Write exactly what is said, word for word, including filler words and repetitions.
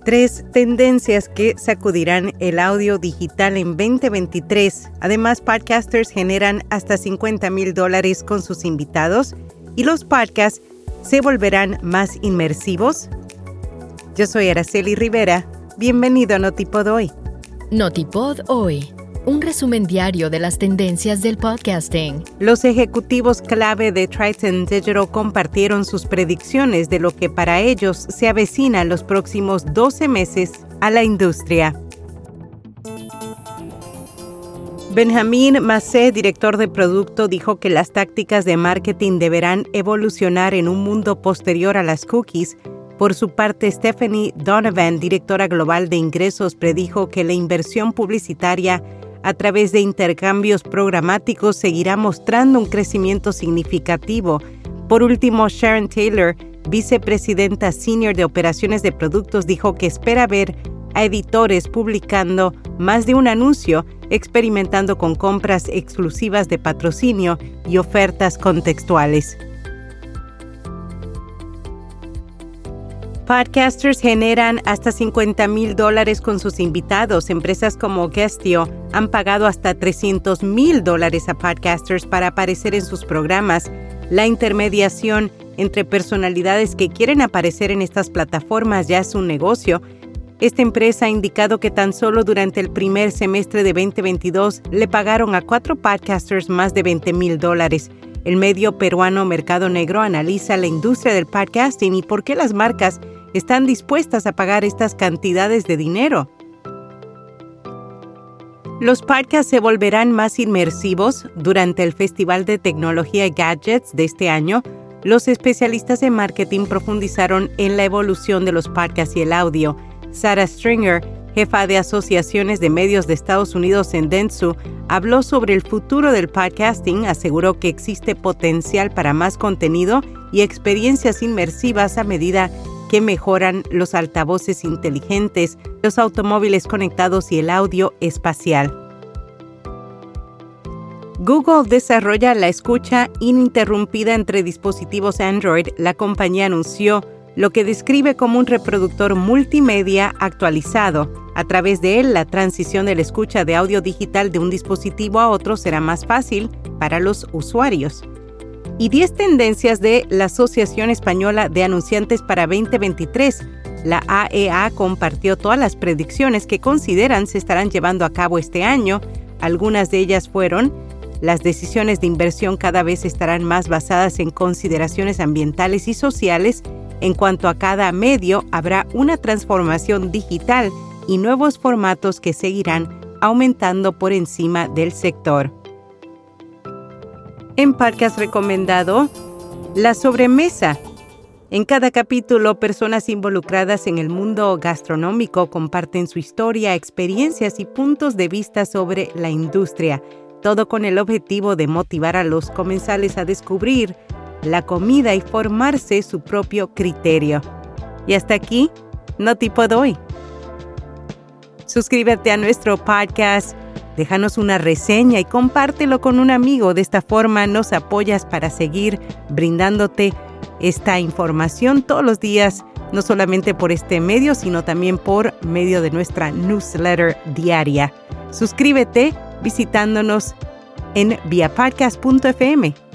Tres tendencias que sacudirán el audio digital en veinte veintitrés. Además, podcasters generan hasta cincuenta mil dólares con sus invitados y los podcasts se volverán más inmersivos. Yo soy Araceli Rivera. Bienvenido a Notipod Hoy. Notipod Hoy. Un resumen diario de las tendencias del podcasting. Los ejecutivos clave de Triton Digital compartieron sus predicciones de lo que para ellos se avecina en los próximos doce meses a la industria. Benjamin Massé, director de producto, dijo que las tácticas de marketing deberán evolucionar en un mundo posterior a las cookies. Por su parte, Stephanie Donovan, directora global de ingresos, predijo que la inversión publicitaria a través de intercambios programáticos seguirá mostrando un crecimiento significativo. Por último, Sharon Taylor, vicepresidenta senior de operaciones de productos, dijo que espera ver a editores publicando más de un anuncio, experimentando con compras exclusivas de patrocinio y ofertas contextuales. Podcasters generan hasta cincuenta mil dólares con sus invitados. Empresas como Guestio han pagado hasta trescientos mil dólares a podcasters para aparecer en sus programas. La intermediación entre personalidades que quieren aparecer en estas plataformas ya es un negocio. Esta empresa ha indicado que tan solo durante el primer semestre de veinte veintidós le pagaron a cuatro podcasters más de veinte mil dólares. El medio peruano Mercado Negro analiza la industria del podcasting y por qué las marcas están dispuestas a pagar estas cantidades de dinero. Los podcasts se volverán más inmersivos. Durante el Festival de Tecnología y Gadgets de este año, los especialistas en marketing profundizaron en la evolución de los podcasts y el audio. Sarah Stringer, jefa de asociaciones de medios de Estados Unidos en Dentsu, habló sobre el futuro del podcasting, aseguró que existe potencial para más contenido y experiencias inmersivas a medida que mejoran los altavoces inteligentes, los automóviles conectados y el audio espacial. Google desarrolla la escucha ininterrumpida entre dispositivos Android. La compañía anunció lo que describe como un reproductor multimedia actualizado. A través de él, la transición de la escucha de audio digital de un dispositivo a otro será más fácil para los usuarios. Y diez tendencias de la Asociación Española de Anunciantes para veinte veintitrés. La A E A compartió todas las predicciones que consideran se estarán llevando a cabo este año. Algunas de ellas fueron: las decisiones de inversión cada vez estarán más basadas en consideraciones ambientales y sociales. En cuanto a cada medio, habrá una transformación digital y nuevos formatos que seguirán aumentando por encima del sector. En podcast recomendado, La Sobremesa. En cada capítulo, personas involucradas en el mundo gastronómico comparten su historia, experiencias y puntos de vista sobre la industria, todo con el objetivo de motivar a los comensales a descubrir la comida y formarse su propio criterio. Y hasta aquí, Notipod Hoy. Suscríbete a nuestro podcast, déjanos una reseña y compártelo con un amigo. De esta forma nos apoyas para seguir brindándote esta información todos los días, no solamente por este medio, sino también por medio de nuestra newsletter diaria. Suscríbete visitándonos en via podcast punto f m.